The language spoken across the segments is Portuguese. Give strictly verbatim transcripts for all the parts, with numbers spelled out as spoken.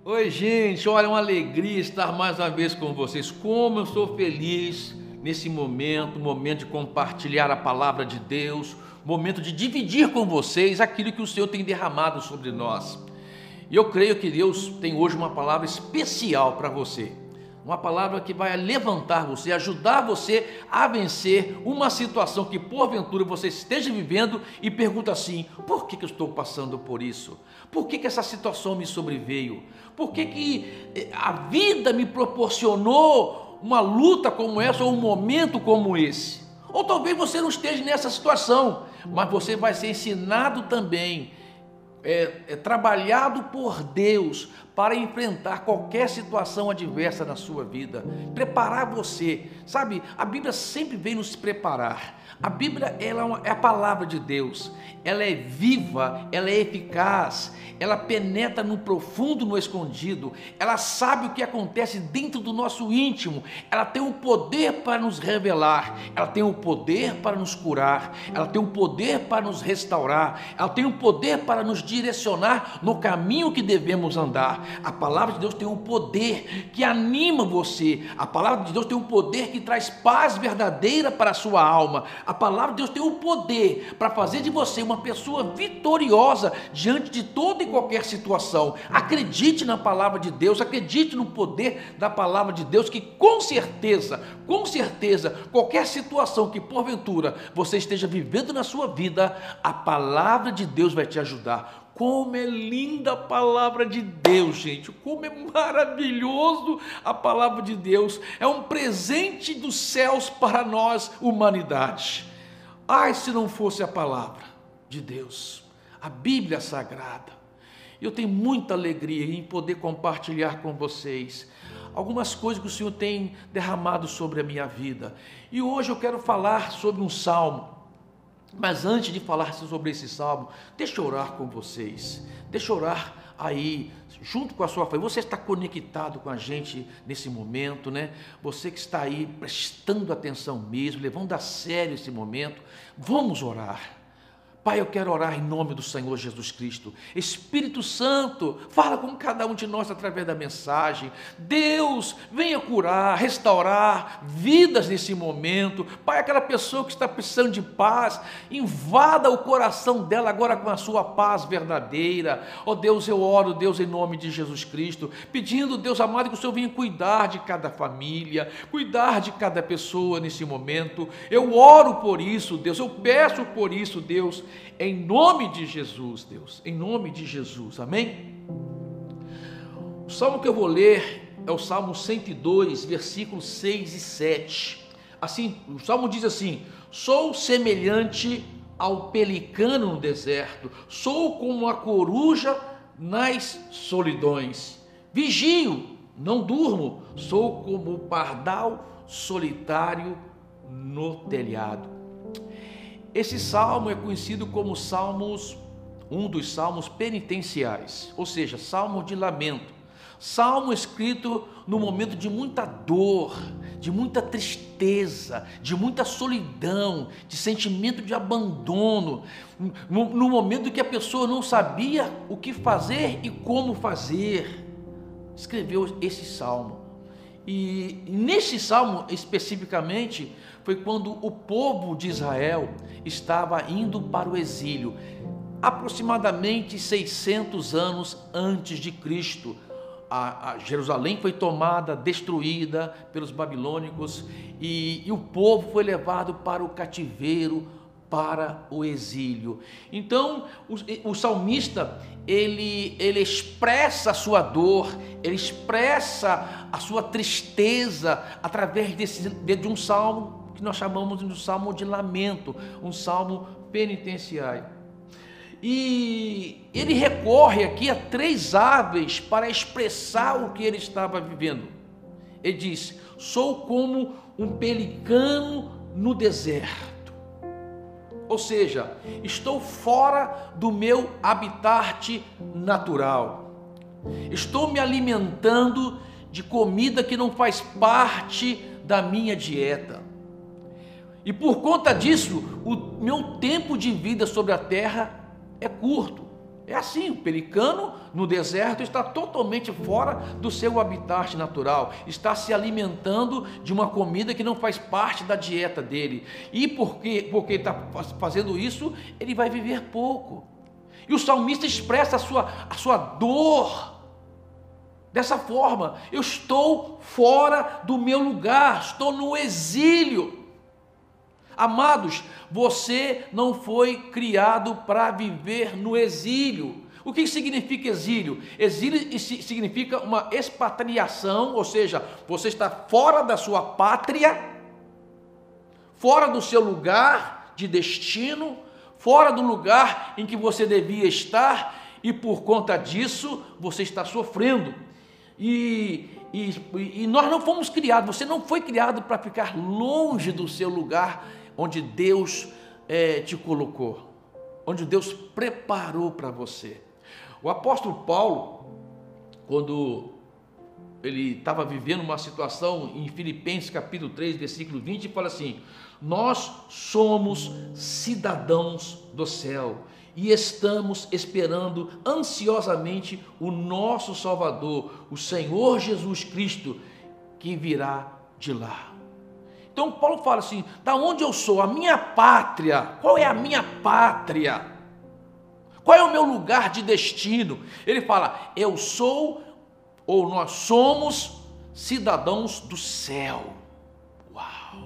Oi, gente, olha, uma alegria estar mais uma vez com vocês. Como eu sou feliz nesse momento, momento de compartilhar a palavra de Deus, momento de dividir com vocês aquilo que o Senhor tem derramado sobre nós. E eu creio que Deus tem hoje uma palavra especial para você. Uma palavra que vai levantar você, ajudar você a vencer uma situação que porventura você esteja vivendo e pergunta assim: por que que eu estou passando por isso? Por que que essa situação me sobreveio? Por que que a vida me proporcionou uma luta como essa ou um momento como esse? Ou talvez você não esteja nessa situação, mas você vai ser ensinado também, É, é trabalhado por Deus para enfrentar qualquer situação adversa na sua vida, preparar você, sabe? A Bíblia sempre vem nos preparar. A Bíblia ela é, uma, é a palavra de Deus, ela é viva, ela é eficaz, ela penetra no profundo, no escondido, ela sabe o que acontece dentro do nosso íntimo, ela tem o poder para nos revelar, ela tem o poder para nos curar, ela tem o poder para nos restaurar, ela tem o poder para nos direcionar no caminho que devemos andar. A palavra de Deus tem um poder que anima você, a palavra de Deus tem um poder que traz paz verdadeira para a sua alma. A palavra de Deus tem o poder para fazer de você uma pessoa vitoriosa diante de toda e qualquer situação. Acredite na palavra de Deus, acredite no poder da palavra de Deus, que com certeza, com certeza, qualquer situação que porventura você esteja vivendo na sua vida, a palavra de Deus vai te ajudar. Como é linda a palavra de Deus, gente, como é maravilhoso a palavra de Deus, é um presente dos céus para nós, humanidade. Ai, se não fosse a palavra de Deus, a Bíblia Sagrada. Eu tenho muita alegria em poder compartilhar com vocês algumas coisas que o Senhor tem derramado sobre a minha vida, e hoje eu quero falar sobre um salmo. Mas antes de falar sobre esse salmo, deixa eu orar com vocês, deixa eu orar aí, junto com a sua família. Você está conectado com a gente nesse momento, né? Você que está aí prestando atenção mesmo, levando a sério esse momento, vamos orar. Pai, eu quero orar em nome do Senhor Jesus Cristo. Espírito Santo, fala com cada um de nós através da mensagem. Deus, venha curar, restaurar vidas nesse momento. Pai, aquela pessoa que está precisando de paz, invada o coração dela agora com a sua paz verdadeira. Ó Deus, eu oro, Deus, em nome de Jesus Cristo, pedindo, Deus amado, que o Senhor venha cuidar de cada família, cuidar de cada pessoa nesse momento. Eu oro por isso, Deus, eu peço por isso, Deus, em nome de Jesus, Deus, em nome de Jesus, amém? O salmo que eu vou ler é o Salmo cento e dois, versículos seis e sete. Assim, o salmo diz assim: sou semelhante ao pelicano no deserto, sou como a coruja nas solidões, vigio, não durmo, sou como o pardal solitário no telhado. Esse salmo é conhecido como salmos, um dos salmos penitenciais, ou seja, salmo de lamento, salmo escrito no momento de muita dor, de muita tristeza, de muita solidão, de sentimento de abandono, no, no momento que a pessoa não sabia o que fazer e como fazer, escreveu esse salmo. E neste salmo especificamente foi quando o povo de Israel estava indo para o exílio, aproximadamente seiscentos anos antes de Cristo. A, a Jerusalém foi tomada, destruída pelos babilônicos, e, e o povo foi levado para o cativeiro, para o exílio. Então o, o salmista ele, ele expressa a sua dor, ele expressa a sua tristeza através desse, de um salmo que nós chamamos de um salmo de lamento, um salmo penitenciário. E ele recorre aqui a três aves para expressar o que ele estava vivendo. Ele diz: sou como um pelicano no deserto. Ou seja, estou fora do meu habitat natural. Estou me alimentando de comida que não faz parte da minha dieta. E por conta disso, o meu tempo de vida sobre a terra é curto. É assim, o pelicano no deserto está totalmente fora do seu habitat natural, está se alimentando de uma comida que não faz parte da dieta dele, e porque, porque está fazendo isso, ele vai viver pouco. E o salmista expressa a sua, a sua dor dessa forma: eu estou fora do meu lugar, estou no exílio. Amados, você não foi criado para viver no exílio. O que significa exílio? Exílio significa uma expatriação, ou seja, você está fora da sua pátria, fora do seu lugar de destino, fora do lugar em que você devia estar, e por conta disso você está sofrendo. E, e, e nós não fomos criados, você não foi criado para ficar longe do seu lugar onde Deus é, te colocou, onde Deus preparou para você. O apóstolo Paulo, quando ele estava vivendo uma situação em Filipenses capítulo três, versículo vinte, fala assim: nós somos cidadãos do céu e estamos esperando ansiosamente o nosso Salvador, o Senhor Jesus Cristo, que virá de lá. Então Paulo fala assim: da onde eu sou, a minha pátria, qual é a minha pátria? Qual é o meu lugar de destino? Ele fala: eu sou, ou nós somos, cidadãos do céu. Uau!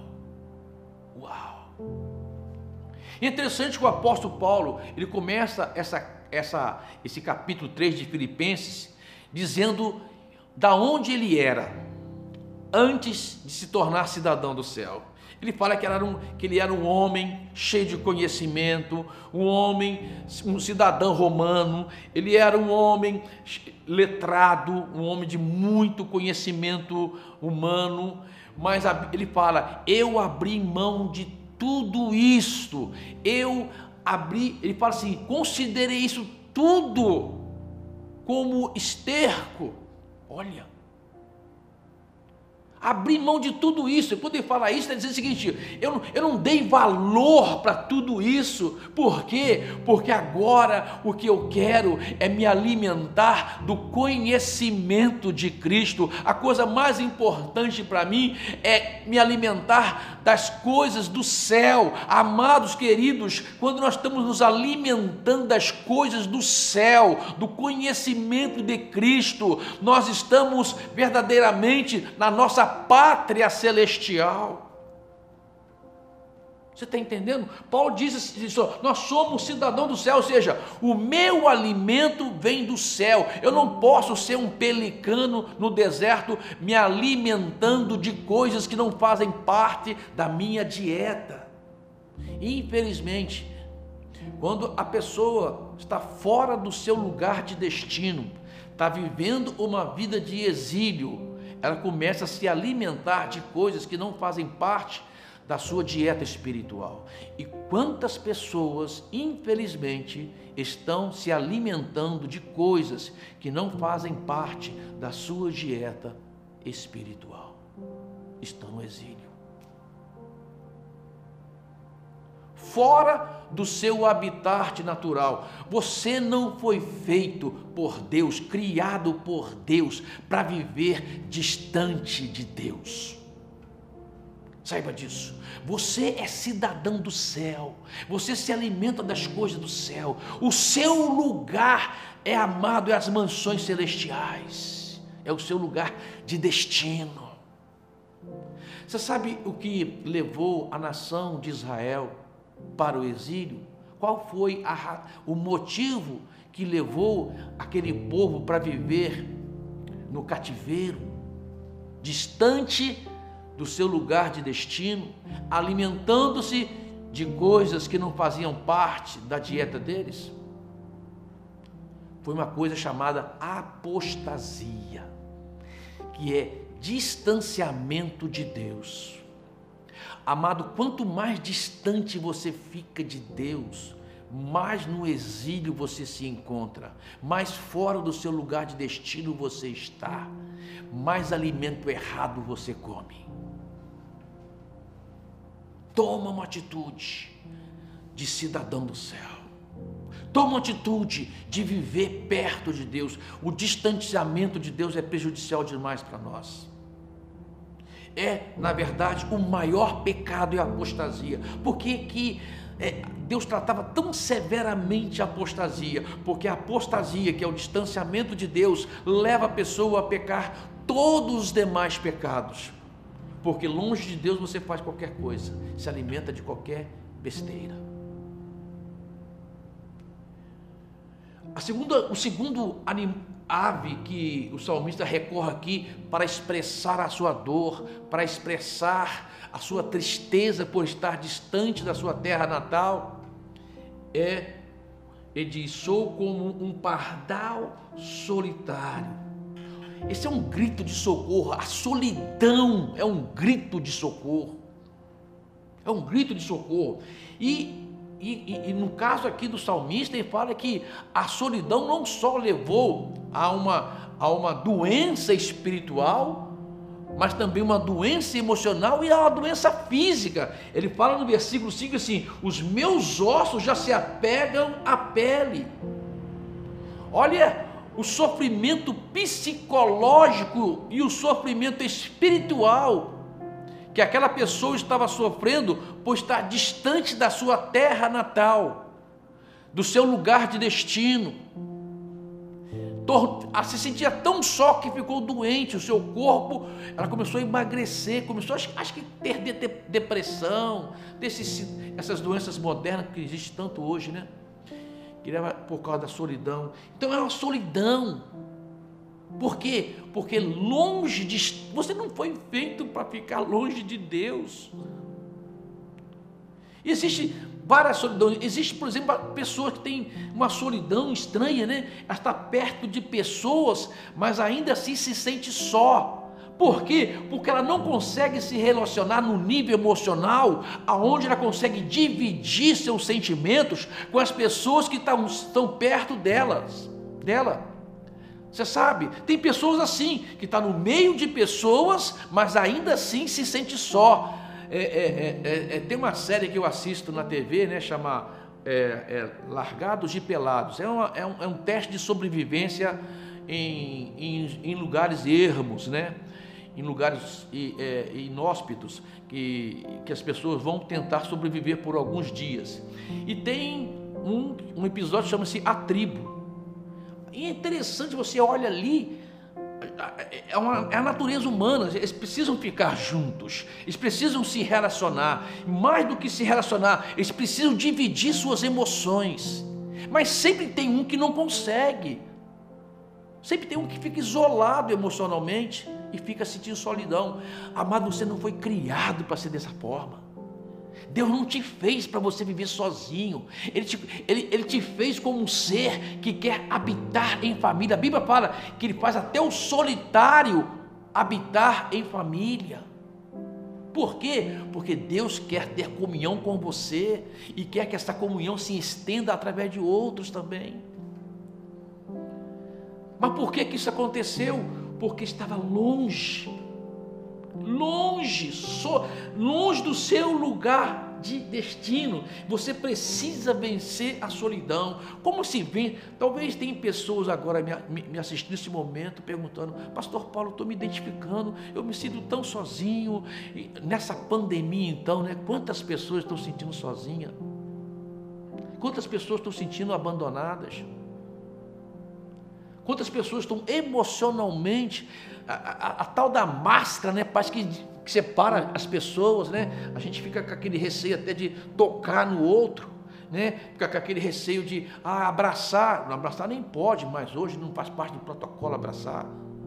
Uau! E é interessante que o apóstolo Paulo, ele começa essa, essa, esse capítulo três de Filipenses, dizendo da onde ele era antes de se tornar cidadão do céu. Ele fala que, era um, que ele era um homem cheio de conhecimento, um homem, um cidadão romano, ele era um homem letrado, um homem de muito conhecimento humano, mas ele fala: eu abri mão de tudo isto, eu abri, ele fala assim, considerei isso tudo como esterco. Olha, abrir mão de tudo isso. E quando ele fala isso, ele diz o seguinte: eu não, eu não dei valor para tudo isso. Por quê? Porque agora o que eu quero é me alimentar do conhecimento de Cristo. A coisa mais importante para mim é me alimentar das coisas do céu. Amados queridos, quando nós estamos nos alimentando das coisas do céu, do conhecimento de Cristo, nós estamos verdadeiramente na nossa pátria celestial. Você está entendendo? Paulo diz isso: nós somos cidadãos do céu, ou seja, o meu alimento vem do céu. Eu não posso ser um pelicano no deserto me alimentando de coisas que não fazem parte da minha dieta. Infelizmente, quando a pessoa está fora do seu lugar de destino, está vivendo uma vida de exílio, ela começa a se alimentar de coisas que não fazem parte da sua dieta espiritual. E quantas pessoas, infelizmente, estão se alimentando de coisas que não fazem parte da sua dieta espiritual? Estão no exílio, fora do seu habitat natural. Você não foi feito por Deus, criado por Deus, para viver distante de Deus. Saiba disso. Você é cidadão do céu. Você se alimenta das coisas do céu. O seu lugar é amado, é as mansões celestiais. É o seu lugar de destino. Você sabe o que levou a nação de Israel para o exílio? Qual foi a, o motivo que levou aquele povo para viver no cativeiro, distante do seu lugar de destino, alimentando-se de coisas que não faziam parte da dieta deles? Foi uma coisa chamada apostasia, que é distanciamento de Deus. Amado, quanto mais distante você fica de Deus, mais no exílio você se encontra, mais fora do seu lugar de destino você está, mais alimento errado você come. Toma uma atitude de cidadão do céu. Toma uma atitude de viver perto de Deus. O distanciamento de Deus é prejudicial demais para nós. É, na verdade, o maior pecado é a apostasia. Por que que é, Deus tratava tão severamente a apostasia? Porque a apostasia, que é o distanciamento de Deus, leva a pessoa a pecar todos os demais pecados. Porque longe de Deus você faz qualquer coisa, se alimenta de qualquer besteira. A segunda, o segundo anim, ave que o salmista recorre aqui para expressar a sua dor, para expressar a sua tristeza por estar distante da sua terra natal, é, ele diz, sou como um pardal solitário. Esse é um grito de socorro, a solidão é um grito de socorro, é um grito de socorro, e, e, e no caso aqui do salmista, ele fala que a solidão não só levou a uma, a uma doença espiritual, mas também uma doença emocional e a uma doença física. Ele fala no versículo cinco assim, os meus ossos já se apegam à pele. Olha o sofrimento psicológico e o sofrimento espiritual que aquela pessoa estava sofrendo por estar distante da sua terra natal, do seu lugar de destino. Se sentia tão só que ficou doente, o seu corpo, ela começou a emagrecer, começou acho, acho que ter depressão, ter esses, essas doenças modernas que existem tanto hoje, né? Que leva por causa da solidão. Então é uma solidão. Por quê? Porque longe de... Você não foi feito para ficar longe de Deus. Existe várias solidões. Existe, por exemplo, pessoas que têm uma solidão estranha, né? Ela está perto de pessoas, mas ainda assim se sente só. Por quê? Porque ela não consegue se relacionar no nível emocional, aonde ela consegue dividir seus sentimentos com as pessoas que estão, estão perto delas, dela. Você sabe, tem pessoas assim, que estão no meio de pessoas, mas ainda assim se sente só. É, é, é, é, tem uma série que eu assisto na T V, né, chama é, é, Largados e Pelados. É, uma, é, um, é um teste de sobrevivência em, em, em lugares ermos, né? Em lugares é, inóspitos, que, que as pessoas vão tentar sobreviver por alguns dias. E tem um, um episódio que chama-se A Tribo. E é interessante, você olha ali, é, uma, é a natureza humana, eles precisam ficar juntos, eles precisam se relacionar, mais do que se relacionar, eles precisam dividir suas emoções, mas sempre tem um que não consegue, sempre tem um que fica isolado emocionalmente, e fica sentindo solidão. Amado, você não foi criado para ser dessa forma. Deus não te fez para você viver sozinho. Ele te, ele, ele te fez como um ser que quer habitar em família. A Bíblia fala que Ele faz até o solitário habitar em família. Por quê? Porque Deus quer ter comunhão com você e quer que essa comunhão se estenda através de outros também. Mas por que que isso aconteceu? Porque estava longe, longe, so, longe do seu lugar de destino. Você precisa vencer a solidão. Como se vê? Talvez tem pessoas agora me, me assistindo nesse momento, perguntando, pastor Paulo, estou me identificando, eu me sinto tão sozinho, e nessa pandemia então, né? Quantas pessoas estão se sentindo sozinhas? Quantas pessoas estão se sentindo abandonadas? Quantas pessoas estão emocionalmente, a, a, a tal da máscara, né? Parece que, que separa as pessoas, né? A gente fica com aquele receio até de tocar no outro, né? Fica com aquele receio de ah, abraçar. Não, abraçar nem pode, mas hoje não faz parte do protocolo abraçar.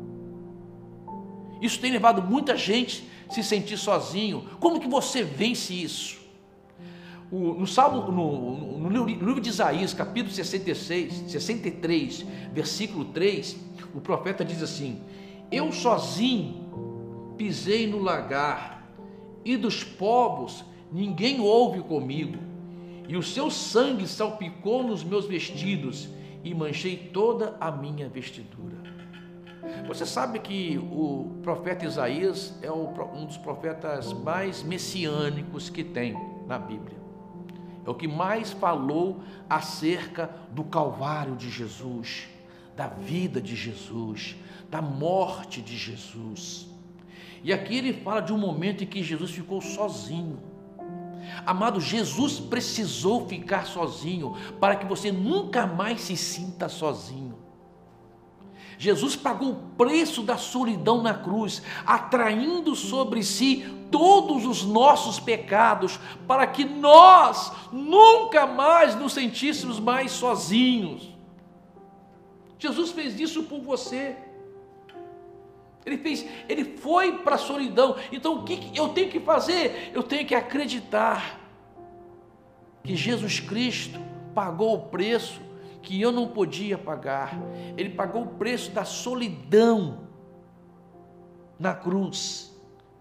Isso tem levado muita gente a se sentir sozinho. Como que você vence isso? O, no, Salmo, no, no, no livro de Isaías, capítulo sessenta e seis, sessenta e três, versículo três, o profeta diz assim: eu sozinho pisei no lagar, e dos povos ninguém ouve comigo, e o seu sangue salpicou nos meus vestidos, e manchei toda a minha vestidura. Você sabe que o profeta Isaías é um dos profetas mais messiânicos que tem na Bíblia. é o que mais falou acerca do Calvário de Jesus, da vida de Jesus, da morte de Jesus. E aqui ele fala de um momento em que Jesus ficou sozinho. Amado, Jesus precisou ficar sozinho para que você nunca mais se sinta sozinho. Jesus pagou o preço da solidão na cruz, atraindo sobre si todos os nossos pecados, para que nós nunca mais nos sentíssemos mais sozinhos. Jesus fez isso por você. Ele fez, ele foi para a solidão. Então o que eu tenho que fazer? Eu tenho que acreditar que Jesus Cristo pagou o preço que eu não podia pagar. Ele pagou o preço da solidão na cruz,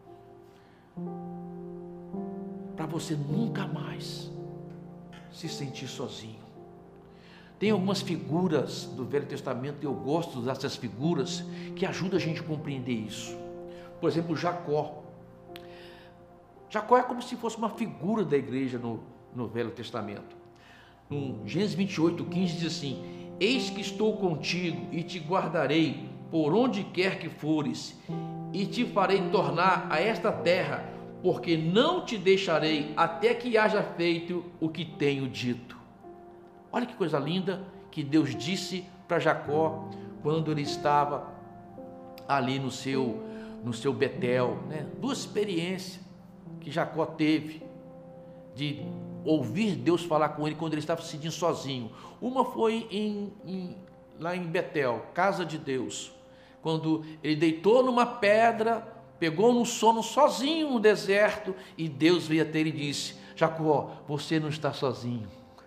para você nunca mais se sentir sozinho. Tem algumas figuras do Velho Testamento, eu gosto dessas figuras, que ajudam a gente a compreender isso. Por exemplo, Jacó. Jacó é como se fosse uma figura da igreja no, no Velho Testamento. No Gênesis vinte e oito, quinze diz assim: eis que estou contigo e te guardarei por onde quer que fores, e te farei tornar a esta terra, porque não te deixarei até que haja feito o que tenho dito. Olha que coisa linda que Deus disse para Jacó quando ele estava ali no seu, no seu Betel, né? Duas experiências que Jacó teve de ouvir Deus falar com ele quando ele estava se sentindo sozinho. Uma foi em, em, lá em Betel, casa de Deus, quando ele deitou numa pedra, pegou no sono sozinho no deserto, e Deus veio até ele e disse: Jacó, você não está sozinho,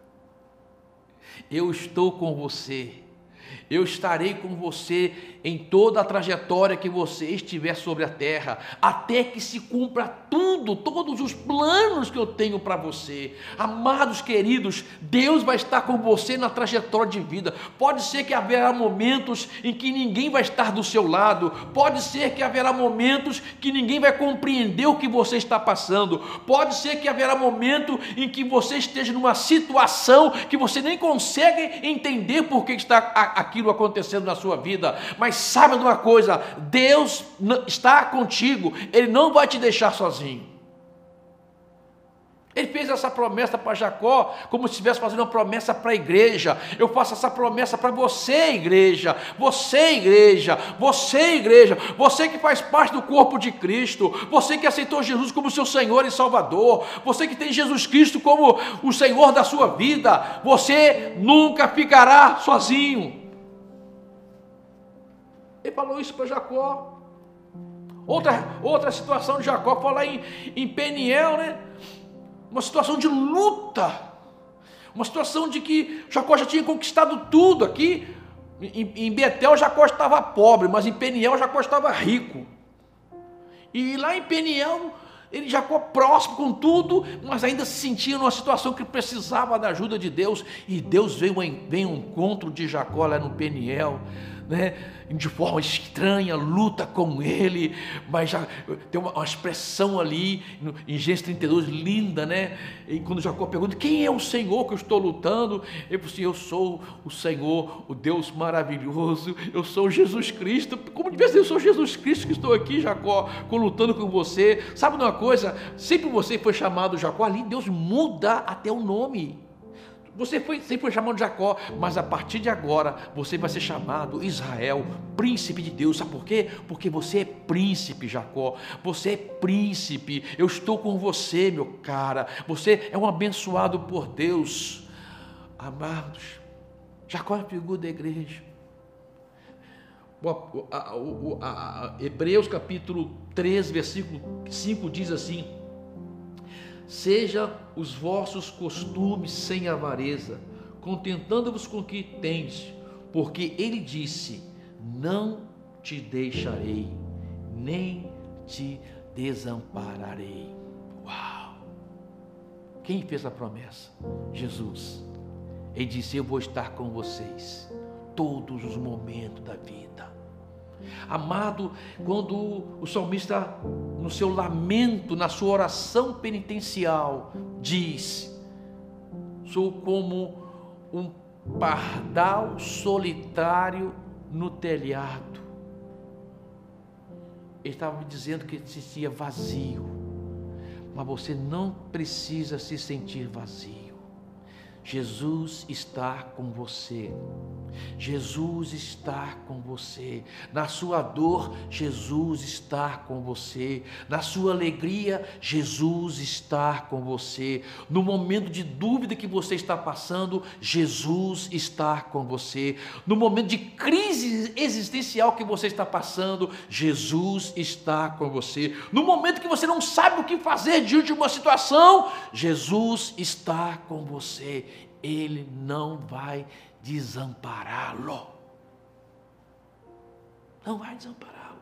eu estou com você. Eu estarei com você em toda a trajetória que você estiver sobre a terra, até que se cumpra tudo, todos os planos que eu tenho para você. Amados queridos, Deus vai estar com você na trajetória de vida. Pode ser que haverá momentos em que ninguém vai estar do seu lado, pode ser que haverá momentos que ninguém vai compreender o que você está passando, pode ser que haverá momento em que você esteja numa situação que você nem consegue entender por que está aquilo acontecendo na sua vida, mas saiba de uma coisa: Deus está contigo, Ele não vai te deixar sozinho. Ele fez essa promessa para Jacó, como se estivesse fazendo uma promessa para a igreja. Eu faço essa promessa para você, igreja, você, igreja, você, igreja, você que faz parte do corpo de Cristo, você que aceitou Jesus como seu Senhor e Salvador, você que tem Jesus Cristo como o Senhor da sua vida, você nunca ficará sozinho. Ele falou isso para Jacó. Outra, outra situação de Jacó foi lá em, em Peniel, né? Uma situação de luta, uma situação de que Jacó já tinha conquistado tudo. Aqui em, em Betel Jacó estava pobre, mas em Peniel Jacó estava rico. E lá em Peniel ele, Jacó, próximo com tudo, mas ainda se sentia numa situação que precisava da ajuda de Deus. E Deus veio, veio ao encontro de Jacó lá no Peniel, né? De forma estranha, luta com ele, mas já tem uma, uma expressão ali no, em Gênesis trinta e dois, linda, né? E quando Jacó pergunta: quem é o Senhor que eu estou lutando? Ele falou assim: eu sou o Senhor, o Deus maravilhoso, eu sou Jesus Cristo. Como devia ser, eu sou Jesus Cristo que estou aqui, Jacó, lutando com você. Sabe de uma coisa? Sempre você foi chamado Jacó, ali Deus muda até o nome. Você foi, sempre foi chamado de Jacó, mas a partir de agora você vai ser chamado Israel, príncipe de Deus. Sabe por quê? Porque você é príncipe, Jacó. Você é príncipe. Eu estou com você, meu cara. Você é um abençoado por Deus. Amados, Jacó é a figura da igreja. A, a, a, a, Hebreus capítulo treze, versículo cinco diz assim: seja os vossos costumes sem avareza, contentando-vos com o que tens, porque ele disse: não te deixarei, nem te desampararei. Uau! Quem fez a promessa? Jesus. Ele disse: eu vou estar com vocês todos os momentos da vida. Amado, quando o salmista, no seu lamento, na sua oração penitencial, diz: sou como um pardal solitário no telhado. Ele estava me dizendo que se sentia vazio, mas você não precisa se sentir vazio. Jesus está com você. Jesus está com você. Na sua dor, Jesus está com você. Na sua alegria, Jesus está com você. No momento de dúvida que você está passando, Jesus está com você. No momento de crise existencial que você está passando, Jesus está com você. No momento que você não sabe o que fazer diante de uma situação, Jesus está com você. Ele não vai desampará-lo. Não vai desampará-lo.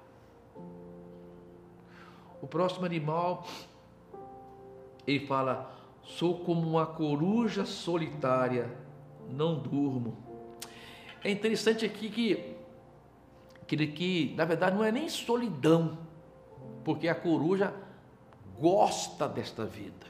O próximo animal, ele fala: sou como uma coruja solitária, não durmo. É interessante aqui que, que, que na verdade não é nem solidão, porque a coruja gosta desta vida.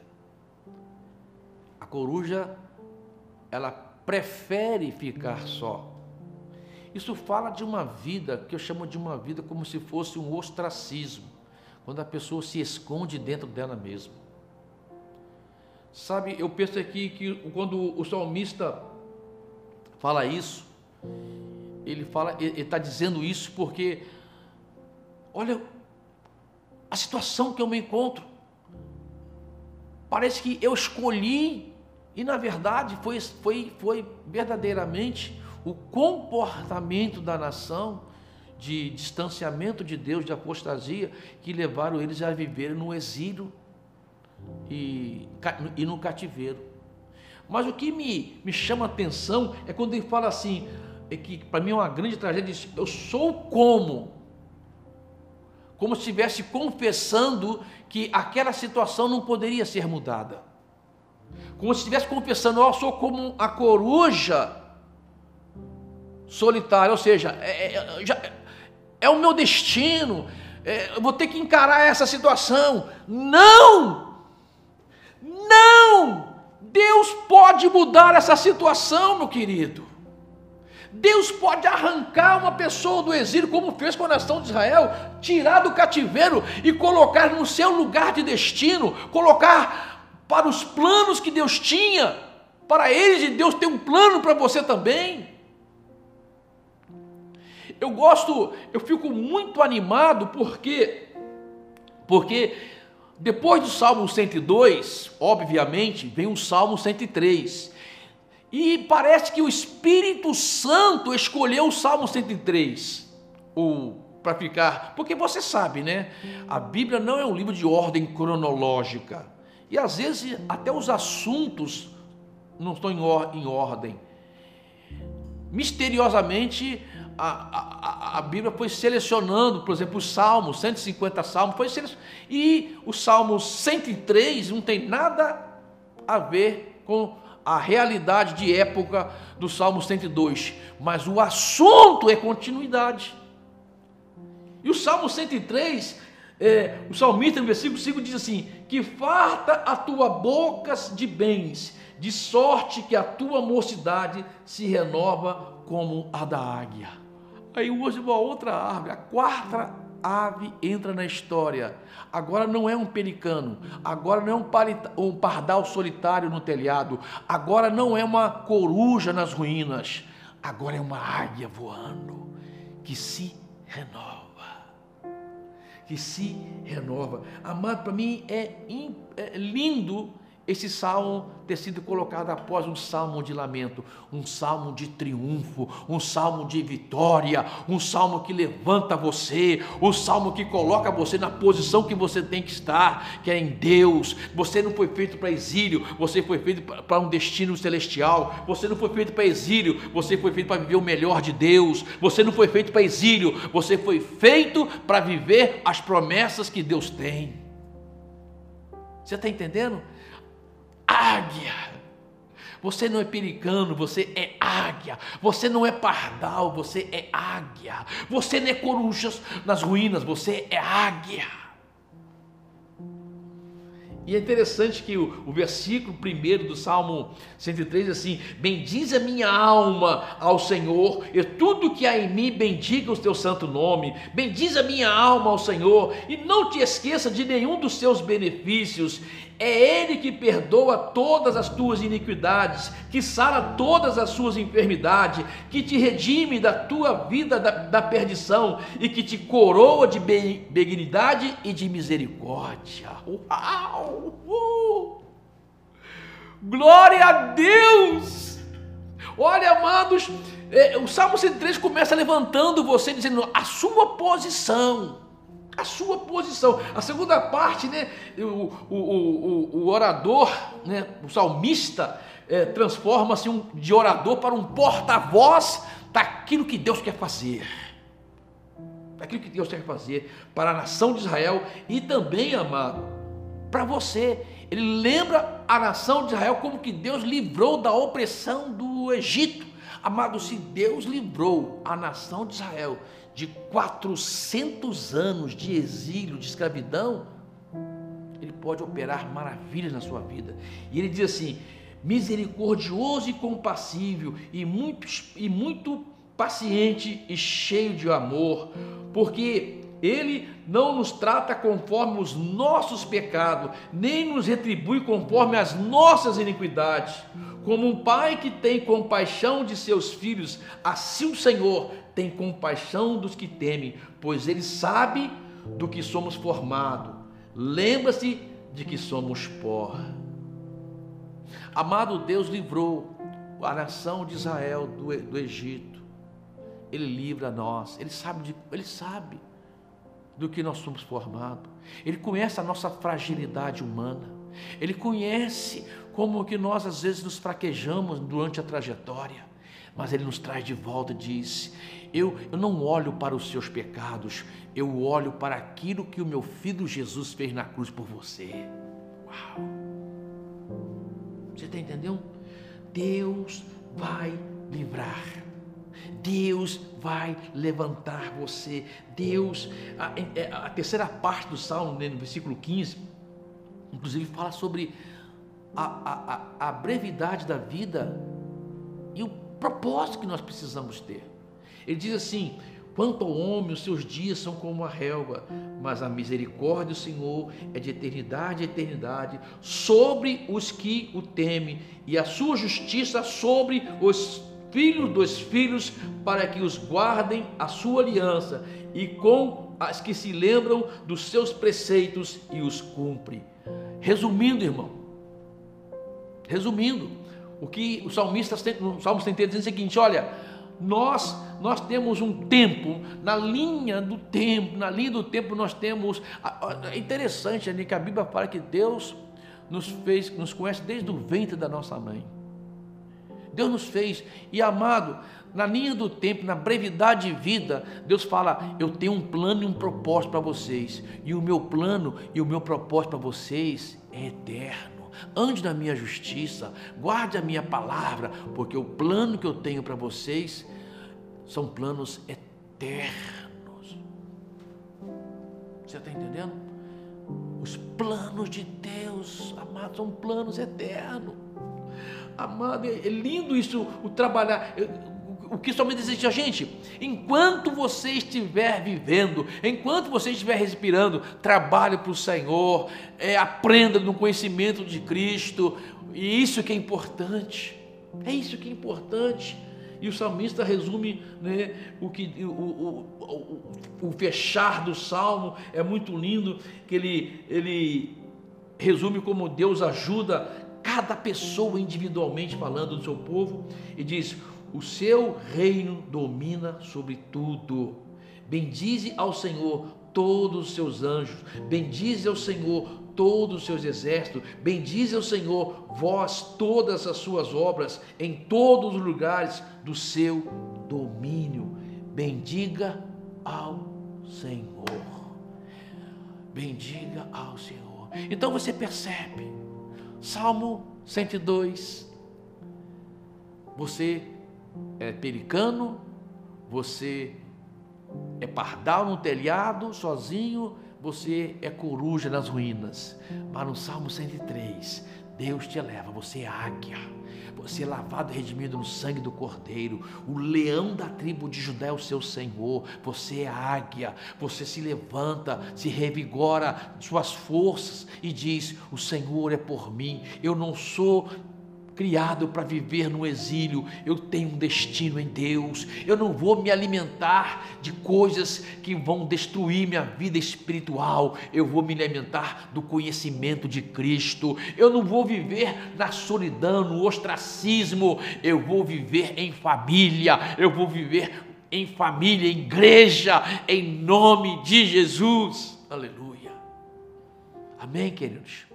A coruja, ela prefere ficar só. Isso fala de uma vida que eu chamo de uma vida como se fosse um ostracismo, quando a pessoa se esconde dentro dela mesma. Sabe, eu penso aqui que quando o salmista fala isso, ele fala, ele está dizendo isso porque, olha a situação que eu me encontro. Parece que eu escolhi, e na verdade foi, foi, foi verdadeiramente o comportamento da nação de distanciamento de Deus, de apostasia, que levaram eles a viver no exílio e, e no cativeiro. Mas o que me, me chama a atenção é quando ele fala assim, é que para mim é uma grande tragédia, eu sou como, como se estivesse confessando que aquela situação não poderia ser mudada. Como se estivesse confessando, eu sou como a coruja solitária, ou seja, é, é, já, é o meu destino, é, eu vou ter que encarar essa situação. Não! Não! Deus pode mudar essa situação, meu querido. Deus pode arrancar uma pessoa do exílio, como fez com a nação de Israel, tirar do cativeiro e colocar no seu lugar de destino, colocar para os planos que Deus tinha para eles, e Deus tem um plano para você também. Eu gosto, eu fico muito animado porque, porque depois do Salmo cento e dois, obviamente, vem o Salmo cento e três. E parece que o Espírito Santo escolheu o Salmo cento e três, para ficar, porque você sabe, né? A Bíblia não é um livro de ordem cronológica. E às vezes até os assuntos não estão em, or, em ordem. Misteriosamente, a, a, a Bíblia foi selecionando, por exemplo, os Salmos, cento e cinquenta Salmos, foi selecionando, e o Salmo cento e três não tem nada a ver com a realidade de época do Salmo cento e dois, mas o assunto é continuidade. E o Salmo cento e três, é, o salmista no versículo cinco diz assim, que farta a tua boca de bens, de sorte que a tua mocidade se renova como a da águia. Aí usa uma outra árvore, a quarta ave entra na história. Agora não é um pelicano, agora não é um, palita, um pardal solitário no telhado, agora não é uma coruja nas ruínas, agora é uma águia voando, que se renova. Que se renova. Amado, para mim é, é lindo esse salmo ter sido colocado após um salmo de lamento, um salmo de triunfo, um salmo de vitória, um salmo que levanta você, um salmo que coloca você na posição que você tem que estar, que é em Deus. Você não foi feito para exílio, você foi feito para um destino celestial. Você não foi feito para exílio, você foi feito para viver o melhor de Deus. Você não foi feito para exílio, você foi feito para viver as promessas que Deus tem. Você está entendendo? Águia, você não é pelicano, você é águia. Você não é pardal, você é águia. Você não é coruja nas ruínas, você é águia. E é interessante que o, o versículo primeiro do Salmo cento e três diz assim: bendize a minha alma ao Senhor, e tudo que há em mim bendiga o teu santo nome. Bendize a minha alma ao Senhor, e não te esqueça de nenhum dos seus benefícios. É Ele que perdoa todas as tuas iniquidades, que sara todas as suas enfermidades, que te redime da tua vida da, da perdição e que te coroa de benignidade e de misericórdia. Uau! Uh! Glória a Deus! Olha, amados, é, o Salmo cento e três começa levantando você, dizendo a sua posição. A sua posição. A segunda parte, né, o, o, o, o orador, né, o salmista, é, transforma-se um, de orador para um porta-voz daquilo que Deus quer fazer. Daquilo que Deus quer fazer para a nação de Israel e também, amado, para você. Ele lembra a nação de Israel como que Deus livrou da opressão do Egito. Amado, se Deus livrou a nação de Israel de quatrocentos anos de exílio, de escravidão, Ele pode operar maravilhas na sua vida. E Ele diz assim: misericordioso e compassível, e muito, e muito paciente e cheio de amor, porque Ele não nos trata conforme os nossos pecados, nem nos retribui conforme as nossas iniquidades. Como um pai que tem compaixão de seus filhos, assim o Senhor tem compaixão dos que temem, pois Ele sabe do que somos formados. Lembra-se de que somos pó. Amado, Deus livrou a nação de Israel do, do Egito. Ele livra nós. Ele sabe, de, ele sabe do que nós somos formados. Ele conhece a nossa fragilidade humana. Ele conhece como que nós às vezes nos fraquejamos durante a trajetória. Mas Ele nos traz de volta e diz: eu, eu não olho para os seus pecados, eu olho para aquilo que o meu Filho Jesus fez na cruz por você. Uau! Você está entendendo? Deus vai livrar, Deus vai levantar você. Deus, a, a terceira parte do Salmo, no versículo quinze, inclusive fala sobre a, a, a, a brevidade da vida e o propósito que nós precisamos ter. Ele diz assim: quanto ao homem, os seus dias são como a relva, mas a misericórdia do Senhor é de eternidade a eternidade sobre os que o temem, e a sua justiça sobre os filhos dos filhos, para que os guardem a sua aliança, e com as que se lembram dos seus preceitos e os cumpre. Resumindo, irmão, resumindo, o que o salmista, o Salmo cento e três diz é o seguinte: olha, nós, nós temos um tempo, na linha do tempo, na linha do tempo nós temos, é interessante ali que a Bíblia fala que Deus nos fez, nos conhece desde o ventre da nossa mãe. Deus nos fez, e amado, na linha do tempo, na brevidade de vida, Deus fala: eu tenho um plano e um propósito para vocês, e o meu plano e o meu propósito para vocês é eterno. Ande na minha justiça, guarde a minha palavra, porque o plano que eu tenho para vocês são planos eternos. Você está entendendo? Os planos de Deus, amado, são planos eternos. Amado, é lindo isso, o trabalhar. O que somente deseja, gente, enquanto você estiver vivendo, enquanto você estiver respirando, trabalhe para o Senhor, é, aprenda no conhecimento de Cristo, e isso que é importante, é isso que é importante. E o salmista resume, né, o, que, o, o, o, o fechar do salmo é muito lindo, que ele, ele resume como Deus ajuda cada pessoa individualmente, falando do seu povo, e diz: o seu reino domina sobre tudo. Bendize ao Senhor todos os seus anjos, bendize ao Senhor todos os seus exércitos, bendize ao Senhor vós todas as suas obras, em todos os lugares do seu domínio. Bendiga ao Senhor, bendiga ao Senhor. Então você percebe, Salmo cento e dois, você é pelicano, você é pardal no telhado, sozinho, você é coruja nas ruínas, mas no Salmo cento e três, Deus te eleva, você é águia, você é lavado e redimido no sangue do Cordeiro, o leão da tribo de Judá é o seu Senhor, você é águia, você se levanta, se revigora suas forças e diz: o Senhor é por mim, eu não sou criado para viver no exílio, eu tenho um destino em Deus, eu não vou me alimentar de coisas que vão destruir minha vida espiritual, eu vou me alimentar do conhecimento de Cristo, eu não vou viver na solidão, no ostracismo, eu vou viver em família, eu vou viver em família, em igreja, em nome de Jesus, aleluia, amém, queridos?